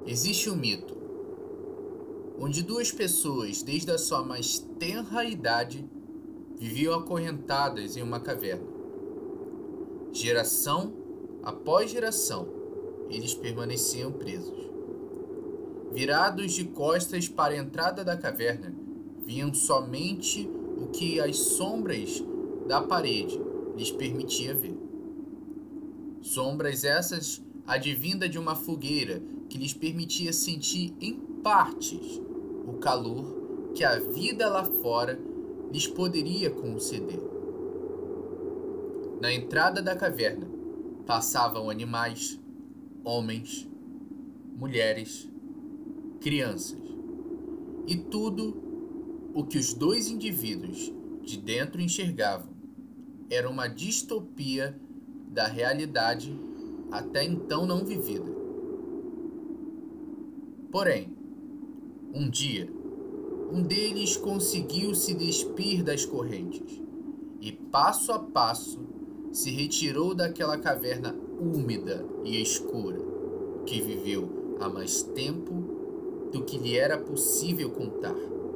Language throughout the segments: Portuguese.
Existe um mito, onde duas pessoas, desde a sua mais tenra idade, viviam acorrentadas em uma caverna. Geração após geração, eles permaneciam presos. Virados de costas para a entrada da caverna, viam somente o que as sombras da parede lhes permitia ver. Sombras essas advindas de uma fogueira que lhes permitia sentir em partes o calor que a vida lá fora lhes poderia conceder. Na entrada da caverna passavam animais, homens, mulheres, crianças e tudo o que os dois indivíduos de dentro enxergavam era uma distopia da realidade até então não vivida. Porém, um dia, um deles conseguiu se despir das correntes e, passo a passo, se retirou daquela caverna úmida e escura que viveu há mais tempo do que lhe era possível contar.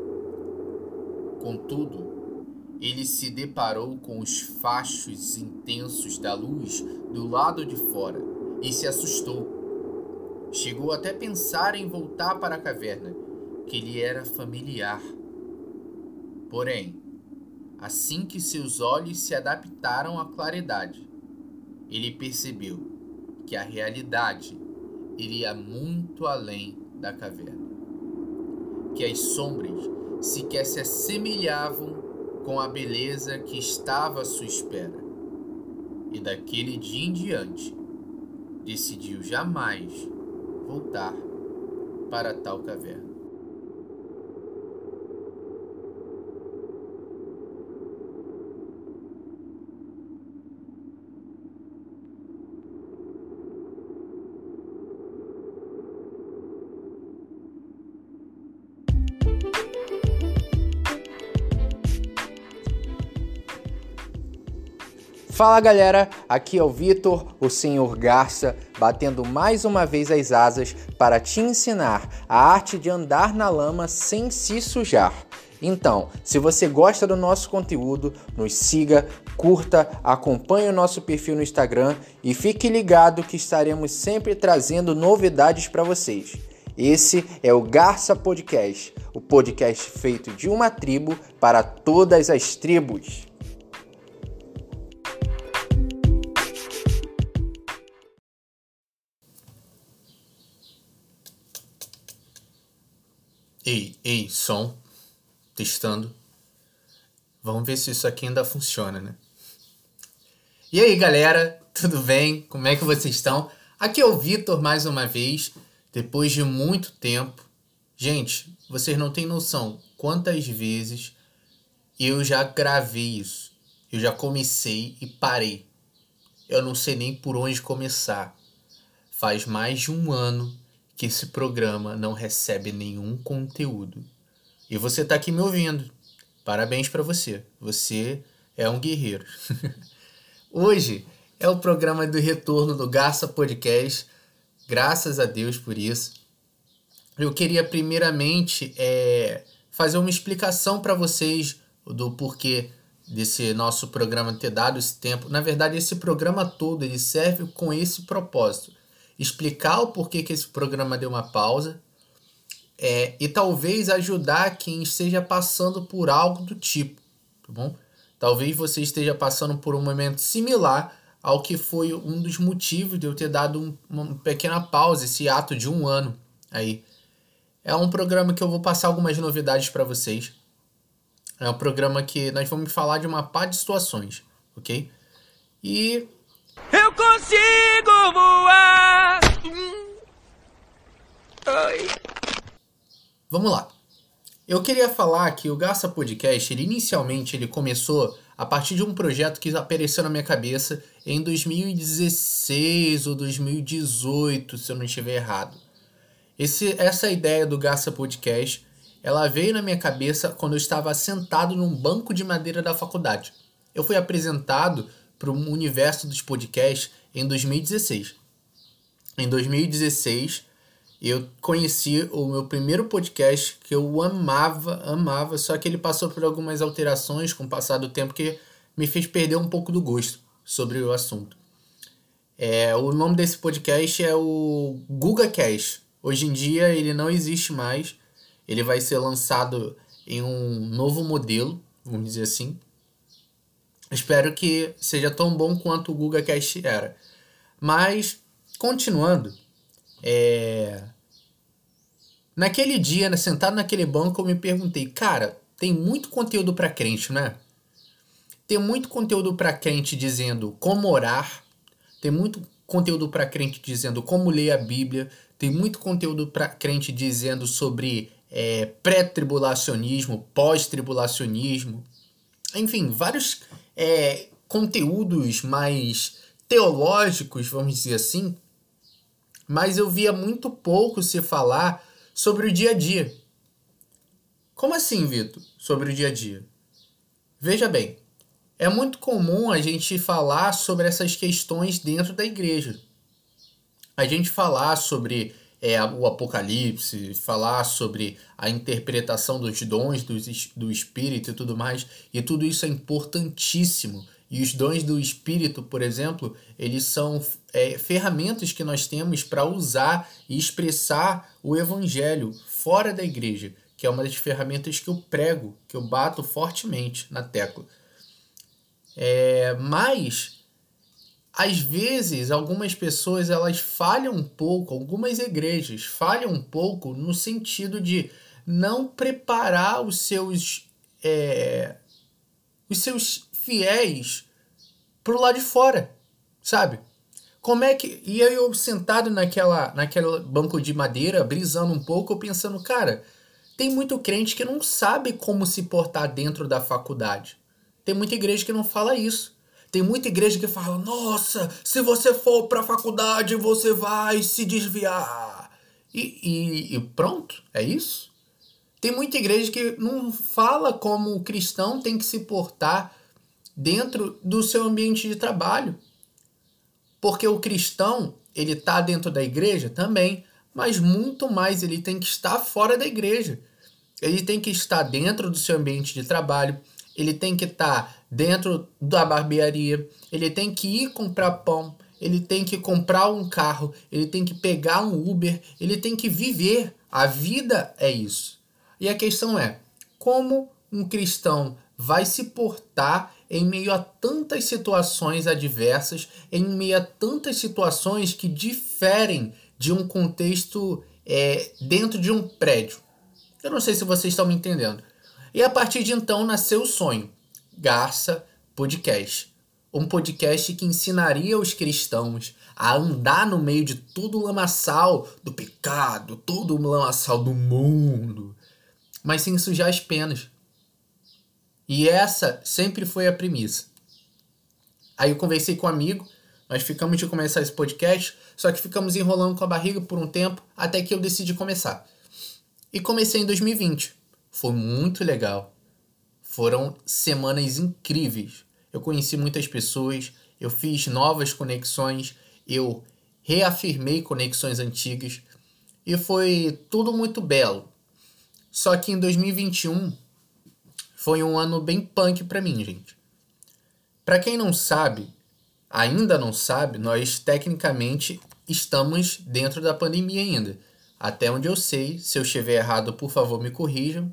Contudo, ele se deparou com os fachos intensos da luz do lado de fora e se assustou. Chegou até a pensar em voltar para a caverna, que lhe era familiar. Porém, assim que seus olhos se adaptaram à claridade, ele percebeu que a realidade iria muito além da caverna, que as sombras sequer se assemelhavam com a beleza que estava à sua espera. E daquele dia em diante, decidiu jamais voltar para tal caverna. Fala galera, aqui é o Vitor, o Senhor Garça, batendo mais uma vez as asas para te ensinar a arte de andar na lama sem se sujar. Então, se você gosta do nosso conteúdo, nos siga, curta, acompanhe o nosso perfil no Instagram e fique ligado que estaremos sempre trazendo novidades para vocês. Esse é o Garça Podcast, o podcast feito de uma tribo para todas as tribos. Ei, som, testando. Vamos ver se isso aqui ainda funciona, né? E aí, galera, tudo bem? Como é que vocês estão? Aqui é o Vitor mais uma vez, depois de muito tempo. Gente, vocês não têm noção quantas vezes eu já gravei isso. Eu já comecei e parei. Eu não sei nem por onde começar. Faz mais de um ano que esse programa não recebe nenhum conteúdo. E você tá aqui me ouvindo. Parabéns para você. Você é um guerreiro. Hoje é o programa do retorno do Garça Podcast. Graças a Deus por isso. Eu queria primeiramente fazer uma explicação para vocês do porquê desse nosso programa ter dado esse tempo. Na verdade, esse programa todo ele serve com esse propósito. Explicar o porquê que esse programa deu uma pausa e talvez ajudar quem esteja passando por algo do tipo, tá bom? Talvez você esteja passando por um momento similar ao que foi um dos motivos de eu ter dado uma pequena pausa, esse ato de um ano aí. É um programa que eu vou passar algumas novidades para vocês. É um programa que nós vamos falar de uma pá de situações, ok? E eu consigo voar! Ai. Vamos lá. Eu queria falar que o Garça Podcast, inicialmente ele começou a partir de um projeto que apareceu na minha cabeça em 2016 ou 2018, se eu não estiver errado. Essa ideia do Garça Podcast, ela veio na minha cabeça quando eu estava sentado num banco de madeira da faculdade. Eu fui apresentado para o universo dos podcasts em 2016. Em 2016, eu conheci o meu primeiro podcast que eu amava, só que ele passou por algumas alterações com o passar do tempo que me fez perder um pouco do gosto sobre o assunto. O nome desse podcast é o GugaCast. Hoje em dia ele não existe mais. Ele vai ser lançado em um novo modelo, vamos dizer assim. Espero que seja tão bom quanto o GugaCast era. Mas, continuando, naquele dia, sentado naquele banco, eu me perguntei, cara, tem muito conteúdo para crente, né? Tem muito conteúdo para crente dizendo como orar. Tem muito conteúdo para crente dizendo como ler a Bíblia. Tem muito conteúdo para crente dizendo sobre pré-tribulacionismo, pós-tribulacionismo. Enfim, vários conteúdos mais teológicos, vamos dizer assim. Mas eu via muito pouco se falar sobre o dia a dia. Como assim, Vitor? Sobre o dia a dia? Veja bem. É muito comum a gente falar sobre essas questões dentro da igreja. A gente falar sobre o Apocalipse, falar sobre a interpretação dos dons do Espírito e tudo mais. E tudo isso é importantíssimo. E os dons do Espírito, por exemplo, eles são ferramentas que nós temos para usar e expressar o Evangelho fora da igreja, que é uma das ferramentas que eu prego, que eu bato fortemente na tecla. Mas, às vezes, algumas pessoas elas falham um pouco, algumas igrejas falham um pouco no sentido de não preparar os seus fiéis pro lado de fora, sabe? Como é que... E aí eu sentado naquela banco de madeira, brisando um pouco, eu pensando, cara, tem muito crente que não sabe como se portar dentro da faculdade. Tem muita igreja que não fala isso. Tem muita igreja que fala, nossa, se você for pra faculdade, você vai se desviar. E pronto, é isso. Tem muita igreja que não fala como o cristão tem que se portar dentro do seu ambiente de trabalho. Porque o cristão, ele tá dentro da igreja também, mas muito mais ele tem que estar fora da igreja. Ele tem que estar dentro do seu ambiente de trabalho, ele tem que estar dentro da barbearia, ele tem que ir comprar pão, ele tem que comprar um carro, ele tem que pegar um Uber, ele tem que viver. A vida é isso. E a questão é, como um cristão vai se portar em meio a tantas situações adversas, em meio a tantas situações que diferem de um contexto dentro de um prédio? Eu não sei se vocês estão me entendendo. E a partir de então nasceu o sonho, Garça Podcast. Um podcast que ensinaria os cristãos a andar no meio de todo o lamaçal do pecado, todo o lamaçal do mundo, mas sem sujar as penas. E essa sempre foi a premissa. Aí eu conversei com um amigo, nós ficamos de começar esse podcast, só que ficamos enrolando com a barriga por um tempo, até que eu decidi começar. E comecei em 2020. Foi muito legal. Foram semanas incríveis. Eu conheci muitas pessoas, eu fiz novas conexões, eu reafirmei conexões antigas e foi tudo muito belo. Só que em 2021 foi um ano bem punk pra mim, gente. Pra quem não sabe, ainda não sabe, nós tecnicamente estamos dentro da pandemia ainda. Até onde eu sei, se eu estiver errado, por favor, me corrijam.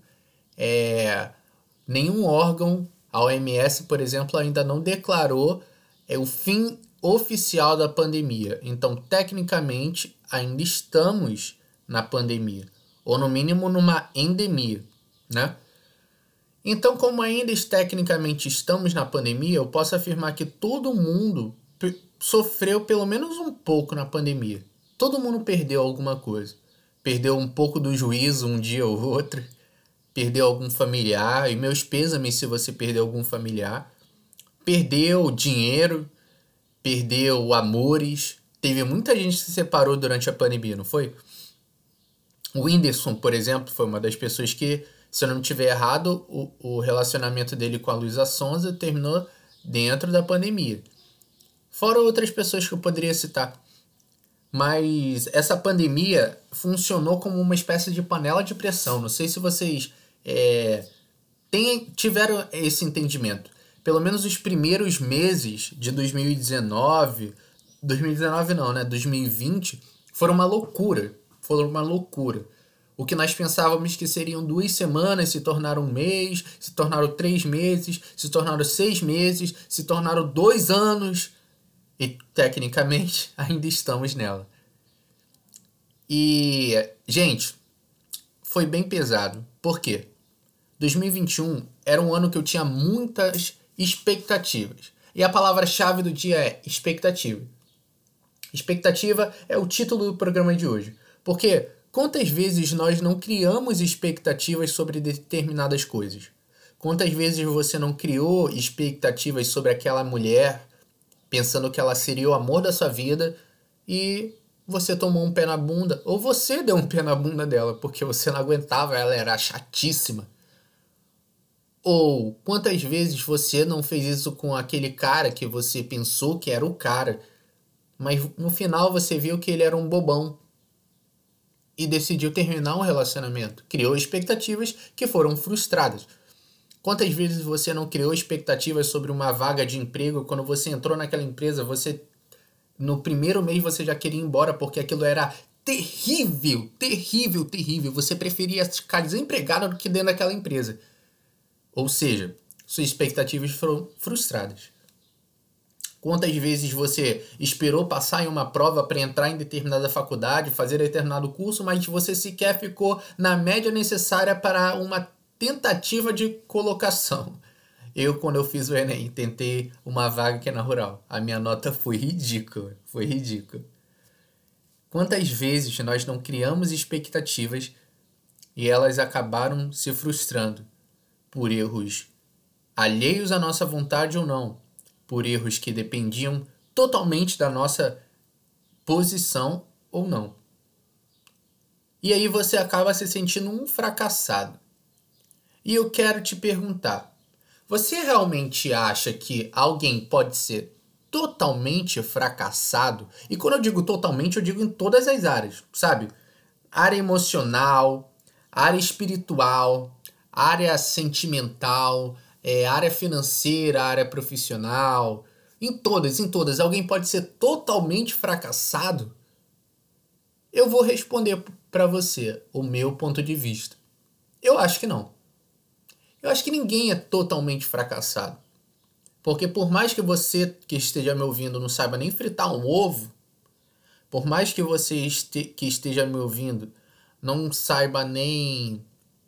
Nenhum órgão, a OMS, por exemplo, ainda não declarou o fim oficial da pandemia. Então, tecnicamente, ainda estamos na pandemia. Ou, no mínimo, numa endemia, né? Então, como ainda tecnicamente estamos na pandemia, eu posso afirmar que todo mundo sofreu pelo menos um pouco na pandemia. Todo mundo perdeu alguma coisa. Perdeu um pouco do juízo um dia ou outro. Perdeu algum familiar. E meus pêsames se você perdeu algum familiar. Perdeu dinheiro. Perdeu amores. Teve muita gente que se separou durante a pandemia, não foi? O Whindersson, por exemplo, foi uma das pessoas que, se eu não estiver errado, o relacionamento dele com a Luísa Sonza terminou dentro da pandemia. Fora outras pessoas que eu poderia citar. Mas essa pandemia funcionou como uma espécie de panela de pressão. Não sei se vocês tiveram esse entendimento. Pelo menos os primeiros meses de 2019 não, né? 2020 foram uma loucura. O que nós pensávamos que seriam 2 semanas se tornaram 1 mês, se tornaram 3 meses, se tornaram 6 meses, se tornaram 2 anos. E, tecnicamente, ainda estamos nela. E, gente, foi bem pesado. Por quê? 2021 era um ano que eu tinha muitas expectativas. E a palavra-chave do dia é expectativa. Expectativa é o título do programa de hoje. Porque quantas vezes nós não criamos expectativas sobre determinadas coisas? Quantas vezes você não criou expectativas sobre aquela mulher, pensando que ela seria o amor da sua vida, e você tomou um pé na bunda, ou você deu um pé na bunda dela, porque você não aguentava, ela era chatíssima. Ou quantas vezes você não fez isso com aquele cara que você pensou que era o cara, mas no final você viu que ele era um bobão e decidiu terminar um relacionamento. Criou expectativas que foram frustradas. Quantas vezes você não criou expectativas sobre uma vaga de emprego, quando você entrou naquela empresa, no primeiro mês você já queria ir embora porque aquilo era terrível. Você preferia ficar desempregado do que dentro daquela empresa. Ou seja, suas expectativas foram frustradas. Quantas vezes você esperou passar em uma prova para entrar em determinada faculdade, fazer determinado curso, mas você sequer ficou na média necessária para uma tentativa de colocação? Quando eu fiz o Enem, tentei uma vaga aqui na Rural. A minha nota foi ridícula. Quantas vezes nós não criamos expectativas e elas acabaram se frustrando por erros alheios à nossa vontade ou não, por erros que dependiam totalmente da nossa posição ou não. E aí você acaba se sentindo um fracassado. E eu quero te perguntar, você realmente acha que alguém pode ser totalmente fracassado? E quando eu digo totalmente, eu digo em todas as áreas, sabe? Área emocional, área espiritual, área sentimental, área financeira, área profissional. Em todas. Alguém pode ser totalmente fracassado? Eu vou responder para você o meu ponto de vista. Eu acho que não. Eu acho que ninguém é totalmente fracassado. Porque por mais que você que esteja me ouvindo não saiba nem fritar um ovo, por mais que você que esteja me ouvindo não saiba nem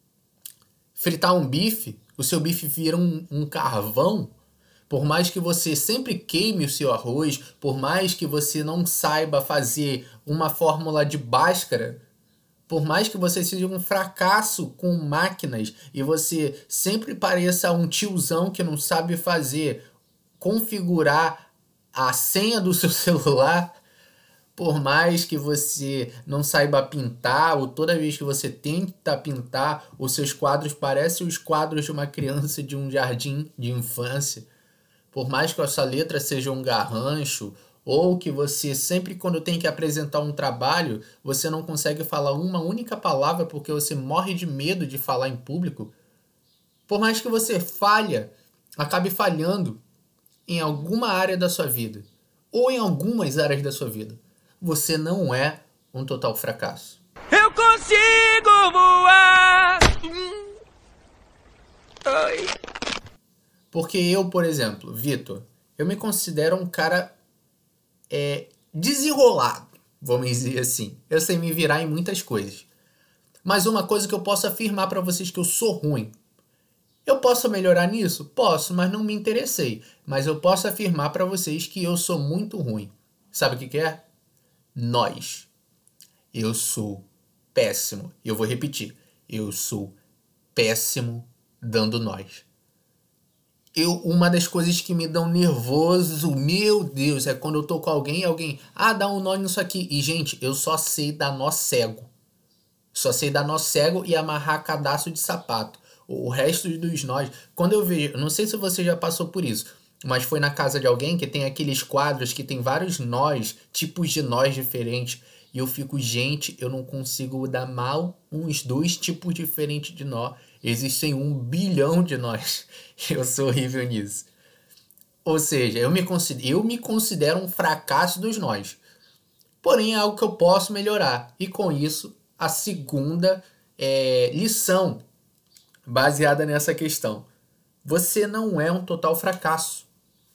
fritar um bife, o seu bife vira um carvão, por mais que você sempre queime o seu arroz, por mais que você não saiba fazer uma fórmula de Bhaskara, por mais que você seja um fracasso com máquinas e você sempre pareça um tiozão que não sabe configurar a senha do seu celular, por mais que você não saiba pintar, ou toda vez que você tenta pintar, os seus quadros parecem os quadros de uma criança de um jardim de infância, por mais que a sua letra seja um garrancho, ou que você sempre quando tem que apresentar um trabalho, você não consegue falar uma única palavra porque você morre de medo de falar em público, por mais que você acabe falhando em alguma área da sua vida, ou em algumas áreas da sua vida, você não é um total fracasso. Eu consigo voar! Ai. Porque eu, por exemplo, Vitor, eu me considero um cara desenrolado, vamos dizer assim. Eu sei me virar em muitas coisas. Mas uma coisa que eu posso afirmar para vocês que eu sou ruim. Eu posso melhorar nisso? Posso, mas não me interessei. Mas eu posso afirmar para vocês que eu sou muito ruim. Sabe o que é? Nós. Eu sou péssimo. Eu vou repetir. Eu sou péssimo dando nós. Uma das coisas que me dão nervoso, meu Deus, é quando eu tô com alguém dá um nó nisso aqui. E, gente, eu só sei dar nó cego. Só sei dar nó cego e amarrar cadastro de sapato. O resto dos nós, quando eu vejo, não sei se você já passou por isso, mas foi na casa de alguém que tem aqueles quadros que tem vários nós, tipos de nós diferentes. E eu fico, gente, eu não consigo dar mal uns 2 tipos diferentes de nó. Existem 1 bilhão de nós. Eu sou horrível nisso. Ou seja, eu me considero um fracasso dos nós. Porém, é algo que eu posso melhorar. E com isso, a segunda lição baseada nessa questão. Você não é um total fracasso.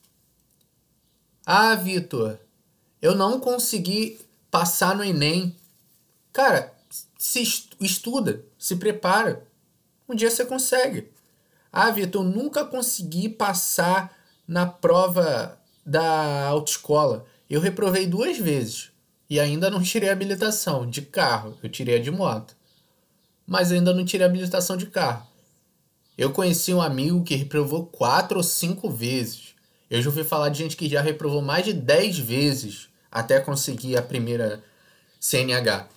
Ah, Vitor, eu não consegui passar no Enem. Cara, estuda, se prepara. Um dia você consegue. Ah, Vitor, eu nunca consegui passar na prova da autoescola. Eu reprovei 2 vezes. E ainda não tirei a habilitação de carro. Eu tirei a de moto. Mas ainda não tirei a habilitação de carro. Eu conheci um amigo que reprovou 4 ou 5 vezes. Eu já ouvi falar de gente que já reprovou mais de 10 vezes até conseguir a primeira CNH.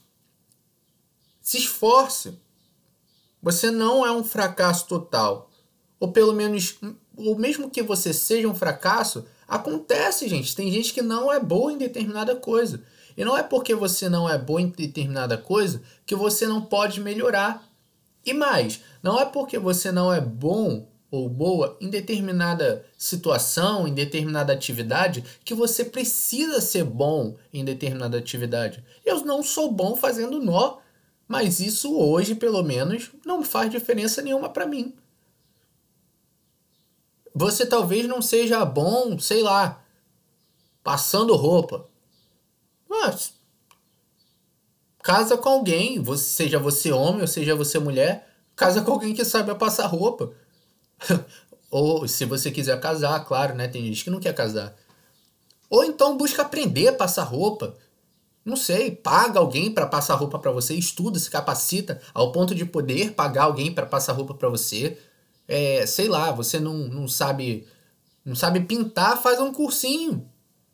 Se esforce. Você não é um fracasso total. Ou pelo menos, ou mesmo que você seja um fracasso, acontece, gente. Tem gente que não é boa em determinada coisa. E não é porque você não é boa em determinada coisa que você não pode melhorar. E mais, não é porque você não é bom ou boa em determinada situação, em determinada atividade, que você precisa ser bom em determinada atividade. Eu não sou bom fazendo nó, mas isso hoje, pelo menos, não faz diferença nenhuma para mim. Você talvez não seja bom, sei lá, passando roupa. Mas casa com alguém, seja você homem ou seja você mulher, casa com alguém que saiba passar roupa. Ou se você quiser casar, claro, né? Tem gente que não quer casar. Ou então busca aprender a passar roupa. Não sei, paga alguém para passar roupa para você, estuda, se capacita ao ponto de poder pagar alguém para passar roupa para você. Sei lá, você não sabe pintar, faz um cursinho.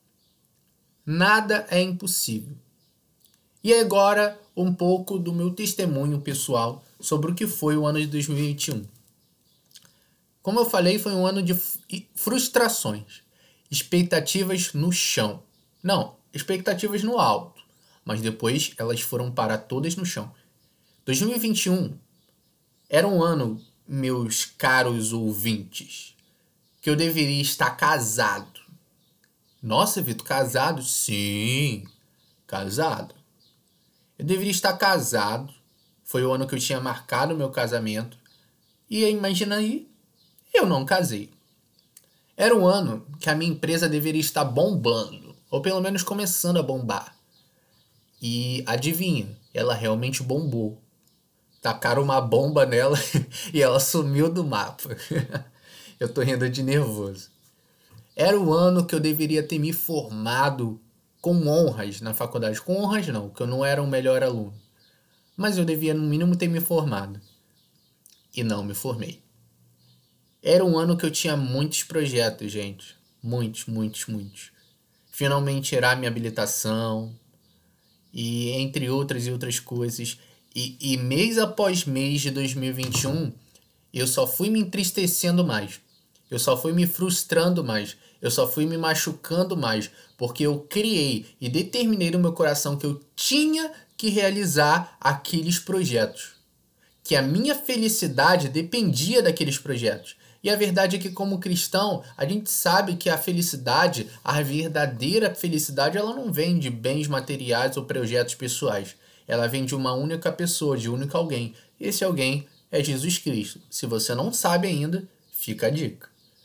Nada é impossível. E agora, um pouco do meu testemunho pessoal sobre o que foi o ano de 2021. Como eu falei, foi um ano de frustrações. Expectativas no chão. Não, expectativas no alto. Mas depois elas foram parar todas no chão. 2021 era um ano, meus caros ouvintes, que eu deveria estar casado. Nossa, Vitor, casado? Sim, casado. Eu deveria estar casado. Foi o ano que eu tinha marcado o meu casamento. E imagina aí, eu não casei. Era um ano que a minha empresa deveria estar bombando. Ou pelo menos começando a bombar. E adivinha, ela realmente bombou. Tacaram uma bomba nela e ela sumiu do mapa. Eu tô rindo de nervoso. Era o ano que eu deveria ter me formado com honras na faculdade. Com honras não, porque eu não era o melhor aluno. Mas eu devia no mínimo ter me formado. E não me formei. Era um ano que eu tinha muitos projetos, gente. Muitos. Finalmente tirar minha habilitação. E entre outras e outras coisas. E mês após mês de 2021, eu só fui me entristecendo mais. Eu só fui me frustrando mais. Eu só fui me machucando mais. Porque eu criei e determinei no meu coração que eu tinha que realizar aqueles projetos. Que a minha felicidade dependia daqueles projetos. E a verdade é que como cristão, a gente sabe que a felicidade, a verdadeira felicidade, ela não vem de bens materiais ou projetos pessoais. Ela vem de uma única pessoa, de um único alguém. Esse alguém é Jesus Cristo. Se você não sabe ainda, fica a dica.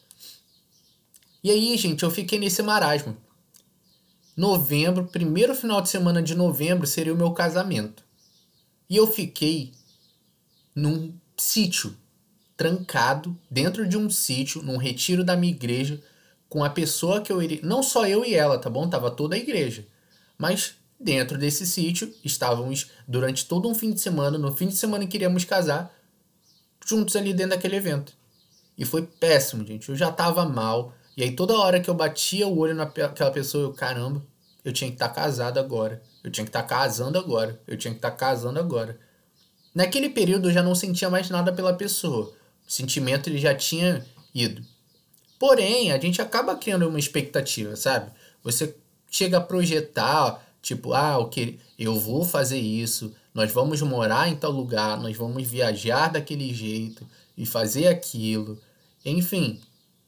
E aí, gente, eu fiquei nesse marasmo. Novembro, primeiro final de semana de novembro, seria o meu casamento. E eu fiquei num sítio, trancado, dentro de um sítio, num retiro da minha igreja, com a pessoa que eu iria... Não só eu e ela, tá bom? Tava toda a igreja. Mas dentro desse sítio, estávamos durante todo um fim de semana, no fim de semana em que iríamos casar, juntos ali dentro daquele evento. E foi péssimo, gente. Eu já tava mal. E aí toda hora que eu batia o olho naquela pessoa, caramba, eu tinha que estar casado agora. Eu tinha que estar casando agora. Eu tinha que estar casando agora. Naquele período eu já não sentia mais nada pela pessoa. O sentimento ele já tinha ido. Porém, a gente acaba criando uma expectativa, sabe? Você chega a projetar, tipo, ok, eu vou fazer isso, nós vamos morar em tal lugar, nós vamos viajar daquele jeito e fazer aquilo. Enfim,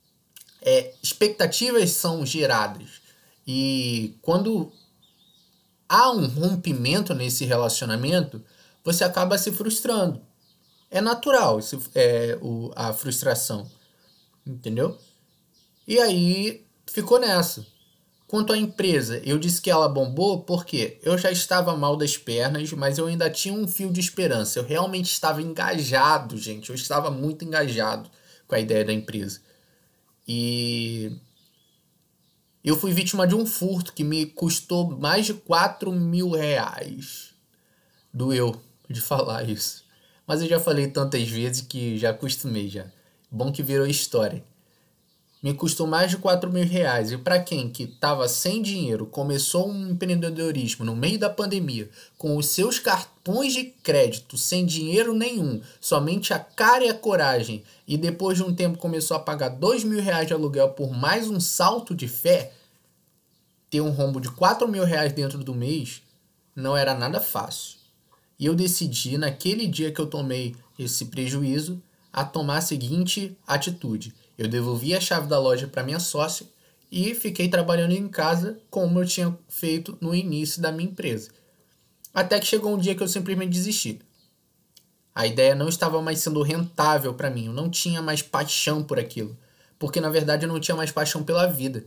expectativas são geradas. E quando há um rompimento nesse relacionamento, você acaba se frustrando. É natural a frustração, entendeu? E aí ficou nessa. Quanto à empresa, eu disse que ela bombou porque eu já estava mal das pernas, mas eu ainda tinha um fio de esperança. Eu realmente estava engajado, gente. Eu estava muito engajado com a ideia da empresa. E eu fui vítima de um furto que me custou mais de 4 mil reais. Doeu de falar isso. Mas eu já falei tantas vezes que já acostumei já. Bom que virou história. Me custou mais de 4 mil reais. E para quem que estava sem dinheiro, começou um empreendedorismo no meio da pandemia, com os seus cartões de crédito, sem dinheiro nenhum, somente a cara e a coragem, e depois de um tempo começou a pagar 2 mil reais de aluguel por mais um salto de fé, ter um rombo de 4 mil reais dentro do mês não era nada fácil. E eu decidi, naquele dia que eu tomei esse prejuízo, a tomar a seguinte atitude. Eu devolvi a chave da loja para minha sócia e fiquei trabalhando em casa como eu tinha feito no início da minha empresa. Até que chegou um dia que eu simplesmente desisti. A ideia não estava mais sendo rentável para mim, eu não tinha mais paixão por aquilo. Porque na verdade eu não tinha mais paixão pela vida.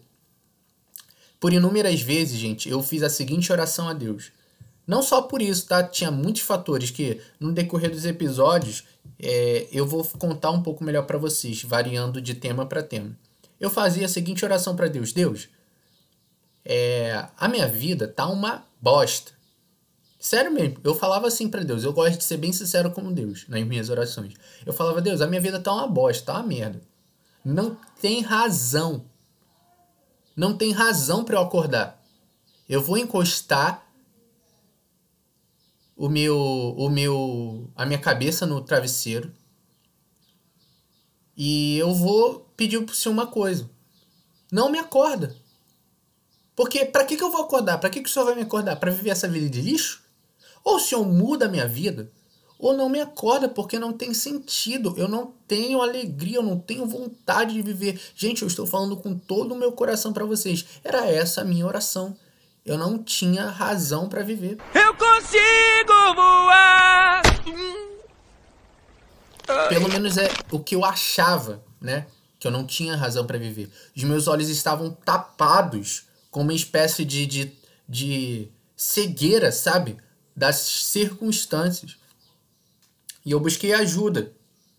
Por inúmeras vezes, gente, eu fiz a seguinte oração a Deus. Não só por isso, tá? Tinha muitos fatores que no decorrer dos episódios eu vou contar um pouco melhor para vocês, variando de tema para tema. Eu fazia a seguinte oração para Deus. Deus, a minha vida tá uma bosta. Sério mesmo, eu falava assim para Deus. Eu gosto de ser bem sincero com Deus nas minhas orações. Eu falava, Deus, a minha vida tá uma bosta, tá uma merda. Não tem razão. Não tem razão para eu acordar. Eu vou encostar a minha cabeça no travesseiro e eu vou pedir pro Senhor uma coisa. Não me acorda. Porque pra que eu vou acordar? Pra que o Senhor vai me acordar? Pra viver essa vida de lixo? Ou o Senhor muda a minha vida, ou não me acorda, porque não tem sentido. Eu não tenho alegria, eu não tenho vontade de viver. Gente, eu estou falando com todo o meu coração pra vocês. Era essa a minha oração. Eu não tinha razão pra viver. Eu consigo voar! Pelo menos é o que eu achava, né? Que eu não tinha razão pra viver. Os meus olhos estavam tapados com uma espécie de cegueira, sabe? Das circunstâncias. E eu busquei ajuda.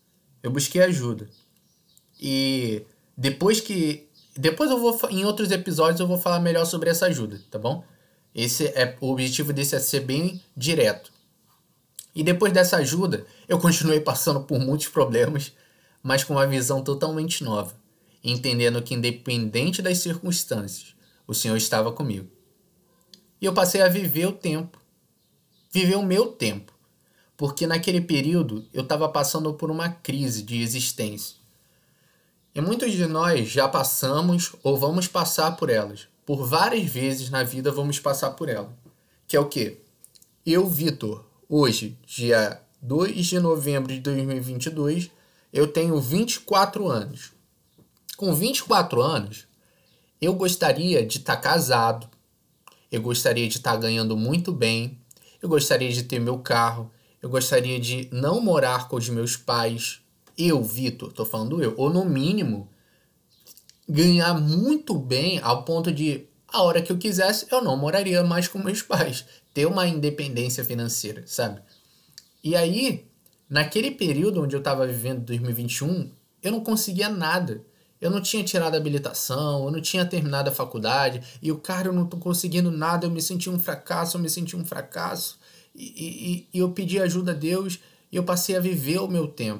E depois eu vou, em outros episódios, eu vou falar melhor sobre essa ajuda, tá bom? O objetivo desse é ser bem direto. E depois dessa ajuda, eu continuei passando por muitos problemas, mas com uma visão totalmente nova, entendendo que independente das circunstâncias, o Senhor estava comigo. E eu passei a viver o meu tempo, porque naquele período eu estava passando por uma crise de existência. E muitos de nós já passamos ou vamos passar por elas. Por várias vezes na vida vamos passar por ela. Que é o quê? Eu, Vitor, hoje, dia 2 de novembro de 2022, eu tenho 24 anos. Com 24 anos, eu gostaria de estar casado, eu gostaria de estar ganhando muito bem, eu gostaria de ter meu carro, eu gostaria de não morar com os meus pais. Eu, Vitor, tô falando eu, ou no mínimo, ganhar muito bem ao ponto de, a hora que eu quisesse, eu não moraria mais com meus pais. Ter uma independência financeira, sabe? E aí, naquele período onde eu tava vivendo, 2021, eu não conseguia nada. Eu não tinha tirado a habilitação, eu não tinha terminado a faculdade, e eu não tô conseguindo nada, eu me senti um fracasso. E eu pedi ajuda a Deus, e eu passei a viver o meu tempo.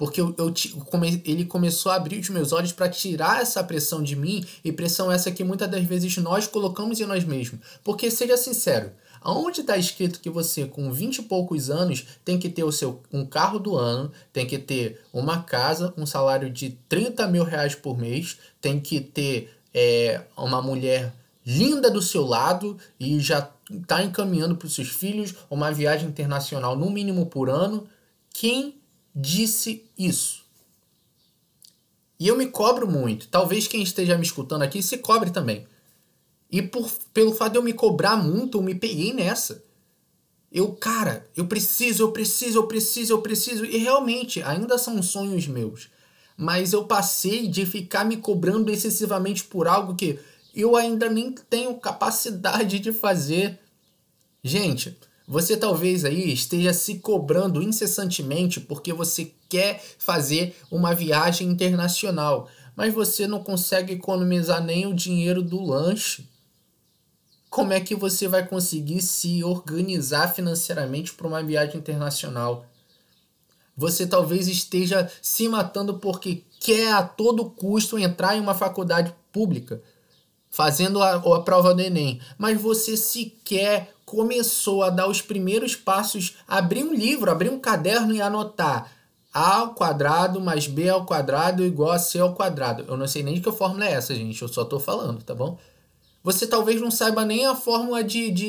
Porque ele começou a abrir os meus olhos para tirar essa pressão de mim, e pressão essa que muitas das vezes nós colocamos em nós mesmos. Porque, seja sincero, aonde está escrito que você, com 20 e poucos anos, tem que ter um carro do ano, tem que ter uma casa, um salário de 30 mil reais por mês, tem que ter uma mulher linda do seu lado e já está encaminhando para os seus filhos uma viagem internacional no mínimo por ano? Quem disse isso? E eu me cobro muito. Talvez quem esteja me escutando aqui se cobre também. E pelo fato de eu me cobrar muito, eu me peguei nessa. Eu preciso. E realmente, ainda são sonhos meus. Mas eu passei de ficar me cobrando excessivamente por algo que eu ainda nem tenho capacidade de fazer. Gente, você talvez aí esteja se cobrando incessantemente porque você quer fazer uma viagem internacional, mas você não consegue economizar nem o dinheiro do lanche. Como é que você vai conseguir se organizar financeiramente para uma viagem internacional? Você talvez esteja se matando porque quer a todo custo entrar em uma faculdade pública, fazendo a prova do Enem, mas você sequer começou a dar os primeiros passos, abrir um livro, abrir um caderno e anotar a ao quadrado mais b ao quadrado igual a c ao quadrado. Eu não sei nem de que fórmula é essa, gente, eu só tô falando, tá bom? Você talvez não saiba nem a fórmula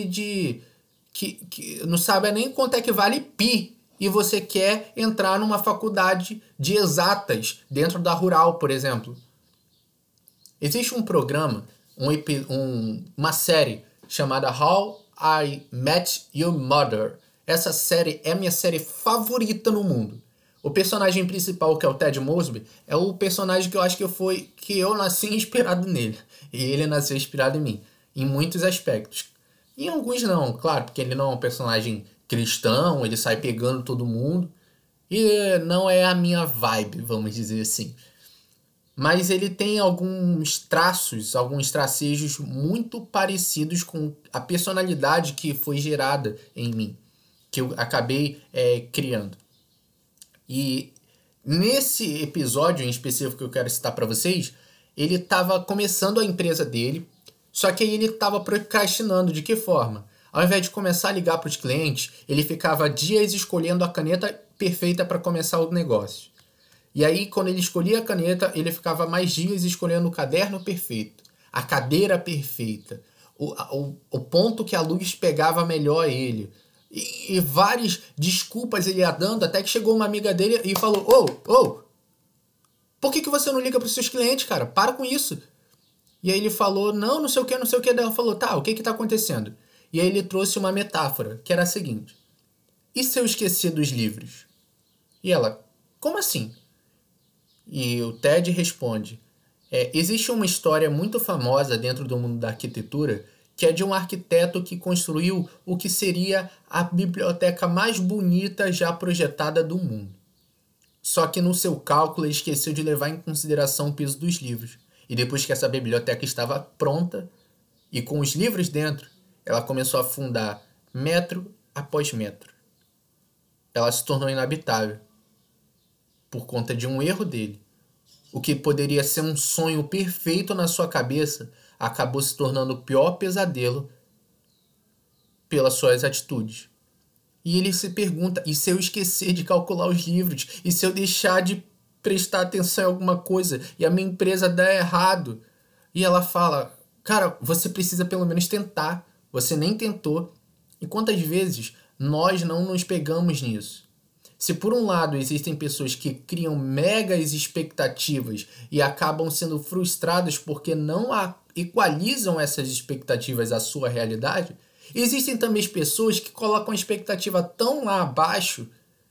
não saiba nem quanto é que vale pi, e você quer entrar numa faculdade de exatas dentro da Rural, por exemplo. Existe um programa, uma série chamada How I Met Your Mother. Essa série é a minha série favorita no mundo. O personagem principal, que é o Ted Mosby, é o personagem que eu acho que eu nasci inspirado nele. E ele nasceu inspirado em mim, em muitos aspectos. Em alguns não, claro, porque ele não é um personagem cristão, ele sai pegando todo mundo. E não é a minha vibe, vamos dizer assim. Mas ele tem alguns traços, alguns tracejos muito parecidos com a personalidade que foi gerada em mim, que eu acabei criando. E nesse episódio em específico que eu quero citar para vocês, ele estava começando a empresa dele, só que aí ele estava procrastinando. De que forma? Ao invés de começar a ligar para os clientes, ele ficava dias escolhendo a caneta perfeita para começar o negócio. E aí, quando ele escolhia a caneta, ele ficava mais dias escolhendo o caderno perfeito, a cadeira perfeita, o ponto que a luz pegava melhor ele. E várias desculpas ele ia dando, até que chegou uma amiga dele e falou: por que você não liga para os seus clientes, cara? Para com isso. E aí ele falou: não sei o que. Daí ela falou: tá, o que está acontecendo? E aí ele trouxe uma metáfora, que era a seguinte: e se eu esquecer dos livros? E ela: como assim? E o Ted responde: existe uma história muito famosa dentro do mundo da arquitetura, que é de um arquiteto que construiu o que seria a biblioteca mais bonita já projetada do mundo. Só que no seu cálculo ele esqueceu de levar em consideração o peso dos livros. E depois que essa biblioteca estava pronta, e com os livros dentro, ela começou a afundar metro após metro. Ela se tornou inabitável por conta de um erro dele. O que poderia ser um sonho perfeito na sua cabeça acabou se tornando o pior pesadelo pelas suas atitudes. E ele se pergunta: e se eu esquecer de calcular os livros? E se eu deixar de prestar atenção em alguma coisa e a minha empresa der errado? E ela fala: cara, você precisa pelo menos tentar. Você nem tentou. E quantas vezes nós não nos pegamos nisso? Se por um lado existem pessoas que criam megas expectativas e acabam sendo frustradas porque não equalizam essas expectativas à sua realidade, existem também pessoas que colocam a expectativa tão lá abaixo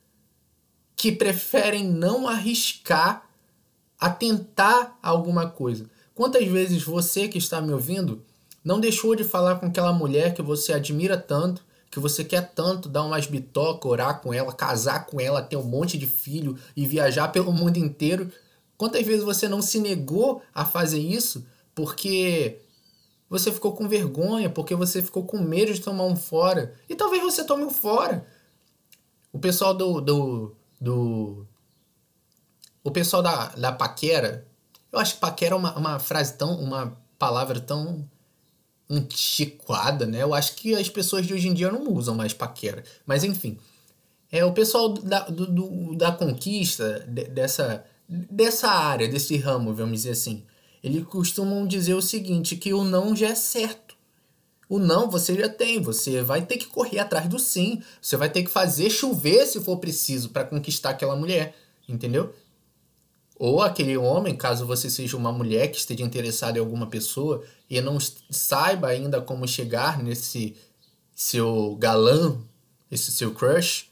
que preferem não arriscar a tentar alguma coisa. Quantas vezes você que está me ouvindo não deixou de falar com aquela mulher que você admira tanto, que você quer tanto dar umas bitocas, orar com ela, casar com ela, ter um monte de filho e viajar pelo mundo inteiro? Quantas vezes você não se negou a fazer isso porque você ficou com vergonha, porque você ficou com medo de tomar um fora? E talvez você tome um fora. O pessoal o pessoal da paquera, eu acho que paquera é uma frase uma palavra tão antiquada, né? Eu acho que as pessoas de hoje em dia não usam mais paquera. Mas enfim, o pessoal da conquista, dessa área, desse ramo, vamos dizer assim, eles costumam dizer o seguinte, que o não já é certo. O não você já tem, você vai ter que correr atrás do sim, você vai ter que fazer chover se for preciso para conquistar aquela mulher, entendeu? Ou aquele homem, caso você seja uma mulher que esteja interessada em alguma pessoa e não saiba ainda como chegar nesse seu galã, esse seu crush,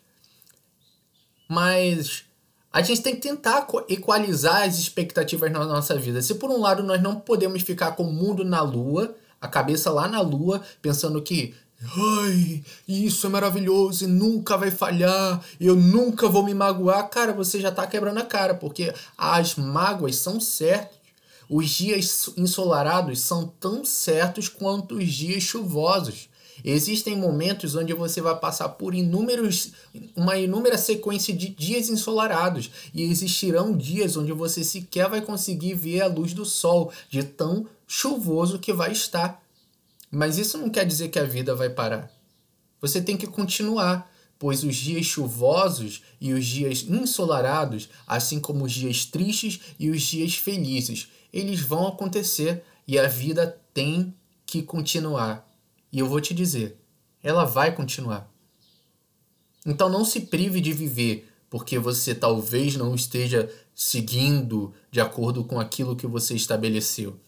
mas a gente tem que tentar equalizar as expectativas na nossa vida. Se por um lado nós não podemos ficar com o mundo na lua, a cabeça lá na lua, pensando que ai, isso é maravilhoso e nunca vai falhar, eu nunca vou me magoar. Cara, você já tá quebrando a cara, porque as mágoas são certas. Os dias ensolarados são tão certos quanto os dias chuvosos. Existem momentos onde você vai passar por uma inúmera sequência de dias ensolarados. E existirão dias onde você sequer vai conseguir ver a luz do sol, de tão chuvoso que vai estar. Mas isso não quer dizer que a vida vai parar. Você tem que continuar, pois os dias chuvosos e os dias ensolarados, assim como os dias tristes e os dias felizes, eles vão acontecer e a vida tem que continuar. E eu vou te dizer, ela vai continuar. Então não se prive de viver, porque você talvez não esteja seguindo de acordo com aquilo que você estabeleceu.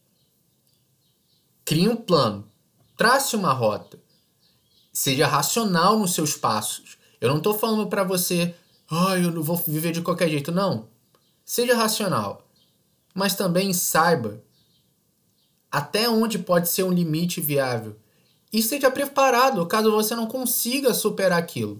Crie um plano, trace uma rota, seja racional nos seus passos. Eu não estou falando para você, eu não vou viver de qualquer jeito, não. Seja racional, mas também saiba até onde pode ser um limite viável. E esteja preparado caso você não consiga superar aquilo.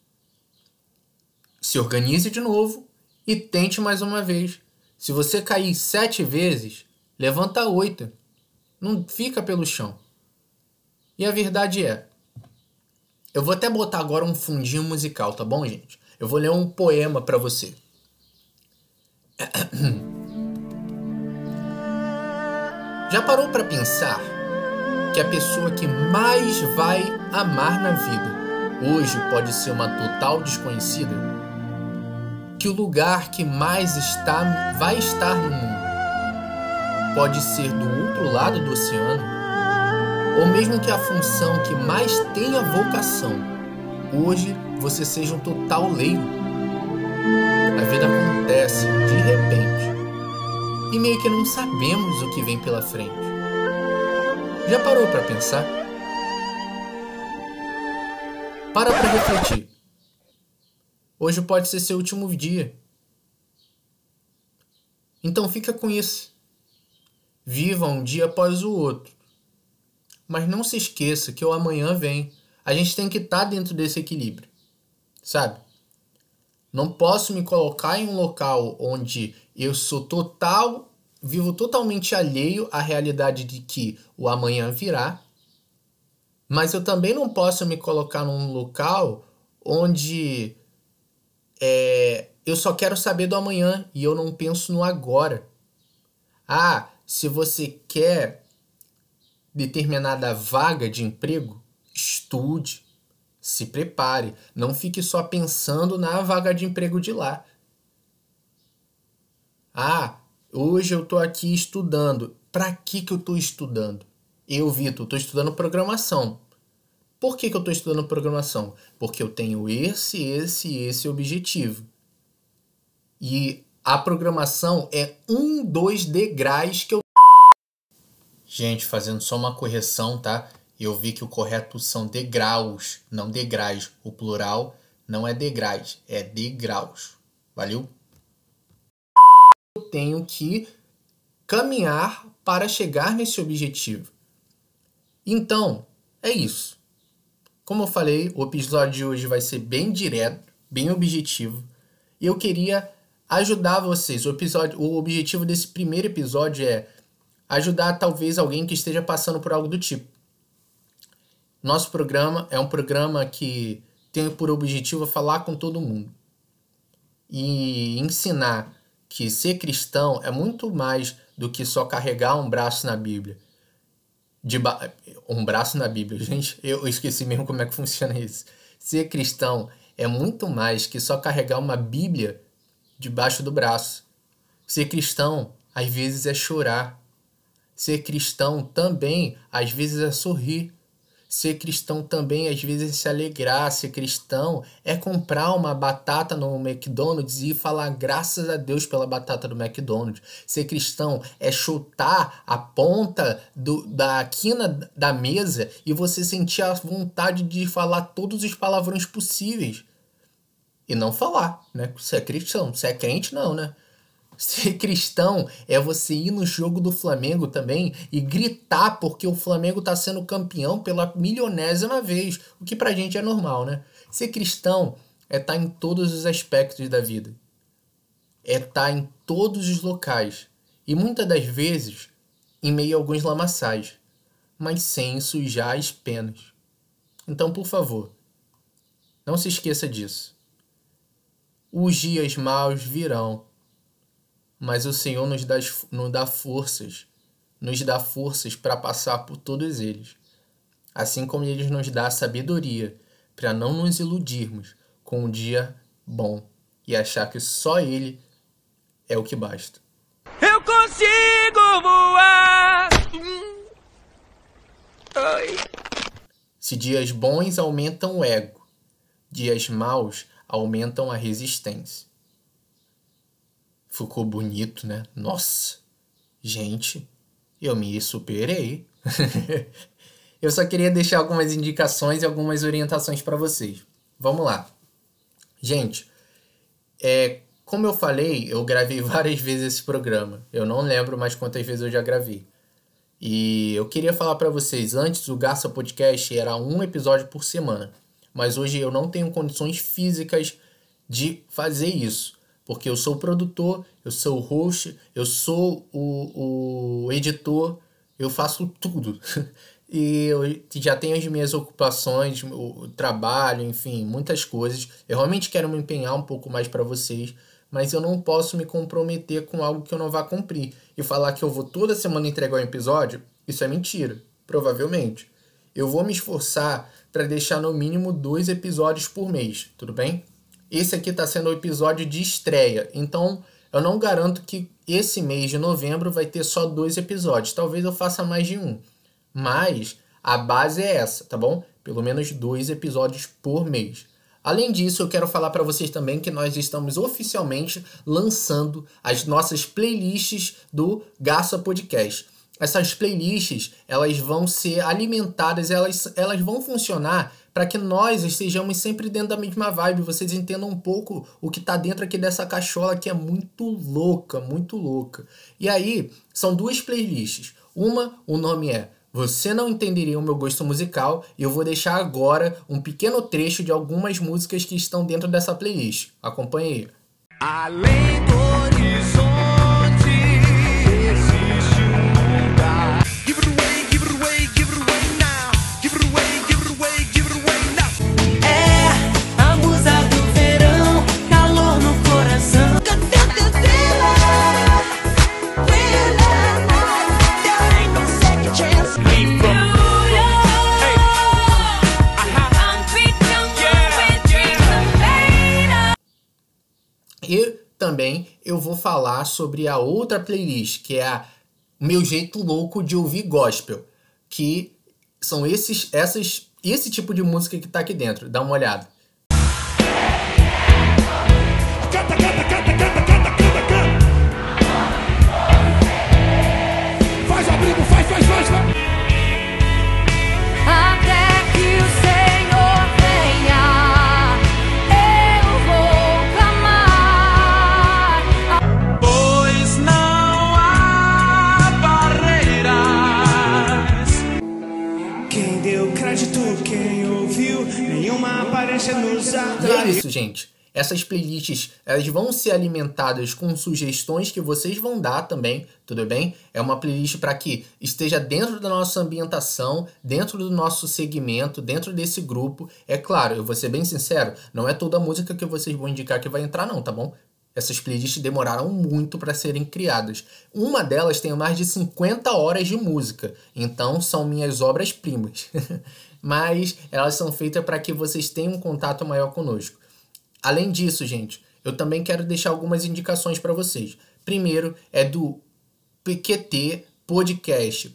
Se organize de novo e tente mais uma vez. Se você cair 7 vezes, levanta 8. Não fica pelo chão. E a verdade é, eu vou até botar agora um fundinho musical, tá bom, gente? Eu vou ler um poema pra você. Já parou pra pensar que a pessoa que mais vai amar na vida hoje pode ser uma total desconhecida? Que o lugar que mais vai estar no mundo pode ser do outro lado do oceano? Ou mesmo que a função que mais tenha vocação hoje você seja um total leigo? A vida acontece de repente e meio que não sabemos o que vem pela frente. Já parou para pensar? Para refletir. Hoje pode ser seu último dia. Então fica com isso. Viva um dia após o outro. Mas não se esqueça que o amanhã vem. A gente tem que estar dentro desse equilíbrio. Sabe? Não posso me colocar em um local onde eu vivo totalmente alheio à realidade de que o amanhã virá. Mas eu também não posso me colocar num local onde eu só quero saber do amanhã e eu não penso no agora. Se você quer determinada vaga de emprego, estude, se prepare. Não fique só pensando na vaga de emprego de lá. Hoje eu estou aqui estudando. Para que eu estou estudando? Eu, Vitor, estou estudando programação. Por que eu estou estudando programação? Porque eu tenho esse objetivo. E a programação é um dos degraus que eu... Gente, fazendo só uma correção, tá? Eu vi que o correto são degraus, não degraus. O plural não é degraus, é degraus. Valeu? Eu tenho que caminhar para chegar nesse objetivo. Então, é isso. Como eu falei, o episódio de hoje vai ser bem direto, bem objetivo. E eu queria ajudar vocês. O objetivo desse primeiro episódio é ajudar talvez alguém que esteja passando por algo do tipo. Nosso programa é um programa que tem por objetivo falar com todo mundo e ensinar que ser cristão é muito mais do que só carregar um braço na Bíblia. Um braço na Bíblia, gente, eu esqueci mesmo como é que funciona isso. Ser cristão é muito mais que só carregar uma Bíblia debaixo do braço. Ser cristão, às vezes, é chorar. Ser cristão também, às vezes, é sorrir. Ser cristão também, às vezes, é se alegrar. Ser cristão é comprar uma batata no McDonald's e falar graças a Deus pela batata do McDonald's. Ser cristão é chutar a ponta da quina da mesa e você sentir a vontade de falar todos os palavrões possíveis. E não falar, né? Você é cristão, você é crente, não, né? Ser cristão é você ir no jogo do Flamengo também e gritar porque o Flamengo tá sendo campeão pela milionésima vez, o que pra gente é normal, né? Ser cristão é estar em todos os aspectos da vida. É estar em todos os locais. E muitas das vezes em meio a alguns lamaçais, mas sem sujar as penas. Então, por favor, não se esqueça disso. Os dias maus virão, mas o Senhor nos dá forças para passar por todos eles, assim como Ele nos dá a sabedoria para não nos iludirmos com um dia bom e achar que só Ele é o que basta. Eu consigo voar! Ai. Se dias bons aumentam o ego, dias maus aumentam a resistência. Ficou bonito, né? Nossa! Gente, eu me superei. Eu só queria deixar algumas indicações e algumas orientações para vocês. Vamos lá. Gente, como eu falei, eu gravei várias vezes esse programa. Eu não lembro mais quantas vezes eu já gravei. E eu queria falar para vocês, antes o Garça Podcast era um episódio por semana. Mas hoje eu não tenho condições físicas de fazer isso. Porque eu sou o produtor, eu sou o host, eu sou o editor, eu faço tudo. E eu já tenho as minhas ocupações, o trabalho, enfim, muitas coisas. Eu realmente quero me empenhar um pouco mais para vocês, mas eu não posso me comprometer com algo que eu não vá cumprir. E falar que eu vou toda semana entregar um episódio, isso é mentira, provavelmente. Eu vou me esforçar para deixar no mínimo 2 episódios por mês, tudo bem? Esse aqui está sendo o episódio de estreia, então eu não garanto que esse mês de novembro vai ter só 2 episódios. Talvez eu faça mais de um, mas a base é essa, tá bom? Pelo menos 2 episódios por mês. Além disso, eu quero falar para vocês também que nós estamos oficialmente lançando as nossas playlists do Garça Podcast. Essas playlists, elas vão ser alimentadas, elas vão funcionar para que nós estejamos sempre dentro da mesma vibe. Vocês entendam um pouco o que está dentro aqui dessa cachola que é muito louca, muito louca. E aí, são 2 playlists. Uma, o nome é Você Não Entenderia o Meu Gosto Musical, e eu vou deixar agora um pequeno trecho de algumas músicas que estão dentro dessa playlist. Acompanhe aí. Além do horizonte existe um lugar. Give it away, give it away, give it away now. Give it away, give it away, give it away now. É a musa do verão, calor no coração. There ain't no second chance. E também eu vou falar sobre a outra playlist, que é o meu jeito louco de ouvir gospel, que são esse tipo de música que tá aqui dentro. Dá uma olhada. Canta, canta, canta, canta, canta, canta, canta. Faz o abrigo, faz. Até que o Senhor venha, eu vou clamar. Pois não há barreiras. Quem deu crédito, quem ouviu, nenhuma aparência nos atraiu. E é isso, gente. Essas playlists, elas vão ser alimentadas com sugestões que vocês vão dar também, tudo bem? É uma playlist para que esteja dentro da nossa ambientação, dentro do nosso segmento, dentro desse grupo. É claro, eu vou ser bem sincero, não é toda música que vocês vão indicar que vai entrar não, tá bom? Essas playlists demoraram muito para serem criadas. Uma delas tem mais de 50 horas de música, então são minhas obras-primas. Mas elas são feitas para que vocês tenham um contato maior conosco. Além disso, gente, eu também quero deixar algumas indicações para vocês. Primeiro é do PQT Podcast,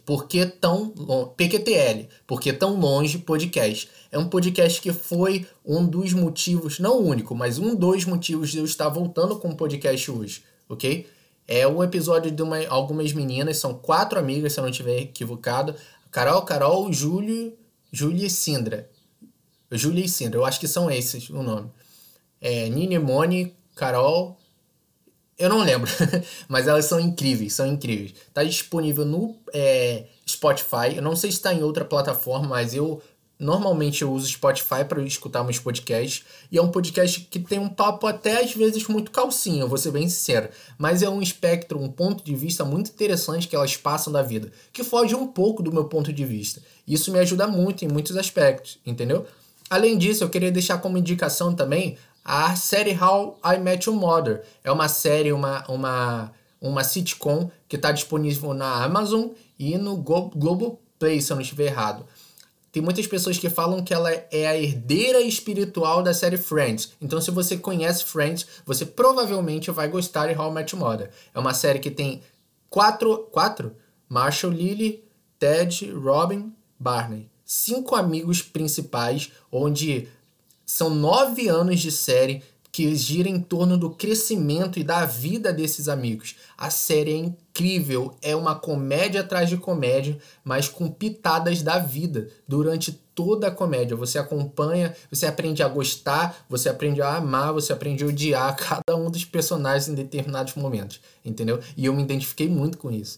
PQTL, Porque Tão Longe Podcast. É um podcast que foi um dos motivos, não o único, mas um dos motivos de eu estar voltando com o podcast hoje, ok? É um episódio de algumas meninas, são 4 amigas, se eu não estiver equivocado. Carol, Júlia e Sindra. Júlia e Sindra, eu acho que são esses o nome. Nini, Moni, Carol... Eu não lembro, mas elas são incríveis, Tá disponível no Spotify. Eu não sei se está em outra plataforma, mas normalmente eu uso Spotify para escutar meus podcasts. E é um podcast que tem um papo até às vezes muito calcinho, eu vou ser bem sincero. Mas é um espectro, um ponto de vista muito interessante que elas passam da vida, que foge um pouco do meu ponto de vista. Isso me ajuda muito em muitos aspectos, entendeu? Além disso, eu queria deixar como indicação também a série How I Met Your Mother. É uma série, uma sitcom que está disponível na Amazon e no Globoplay, se eu não estiver errado. Tem muitas pessoas que falam que ela é a herdeira espiritual da série Friends. Então, se você conhece Friends, você provavelmente vai gostar de How I Met Your Mother. É uma série que tem quatro? Marshall, Lily, Ted, Robin, Barney. 5 amigos principais, onde... São 9 anos de série que gira em torno do crescimento e da vida desses amigos. A série é incrível, é uma comédia atrás de comédia, mas com pitadas da vida durante toda a comédia. Você acompanha, você aprende a gostar, você aprende a amar, você aprende a odiar cada um dos personagens em determinados momentos, entendeu? E eu me identifiquei muito com isso.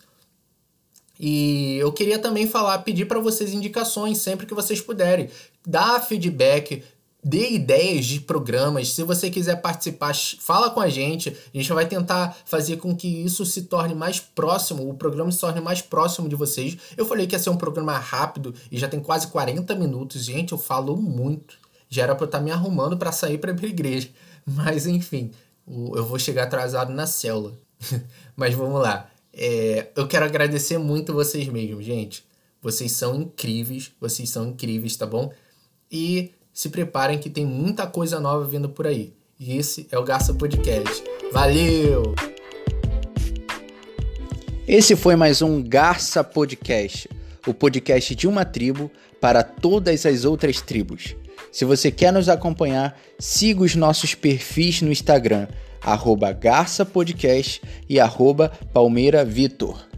E eu queria também pedir para vocês indicações sempre que vocês puderem. Dá feedback, dê ideias de programas. Se você quiser participar, fala com a gente. A gente vai tentar fazer com que isso se torne mais próximo, o programa se torne mais próximo de vocês. Eu falei que ia ser um programa rápido e já tem quase 40 minutos. Gente, eu falo muito. Já era para eu estar me arrumando para sair para a igreja. Mas, enfim, eu vou chegar atrasado na célula. Mas vamos lá. Eu quero agradecer muito vocês mesmos, gente. Vocês são incríveis, tá bom? E... se preparem que tem muita coisa nova vindo por aí. E esse é o Garça Podcast. Valeu! Esse foi mais um Garça Podcast, o podcast de uma tribo para todas as outras tribos. Se você quer nos acompanhar, siga os nossos perfis no Instagram, @GarçaPodcast e @PalmeiraVitor.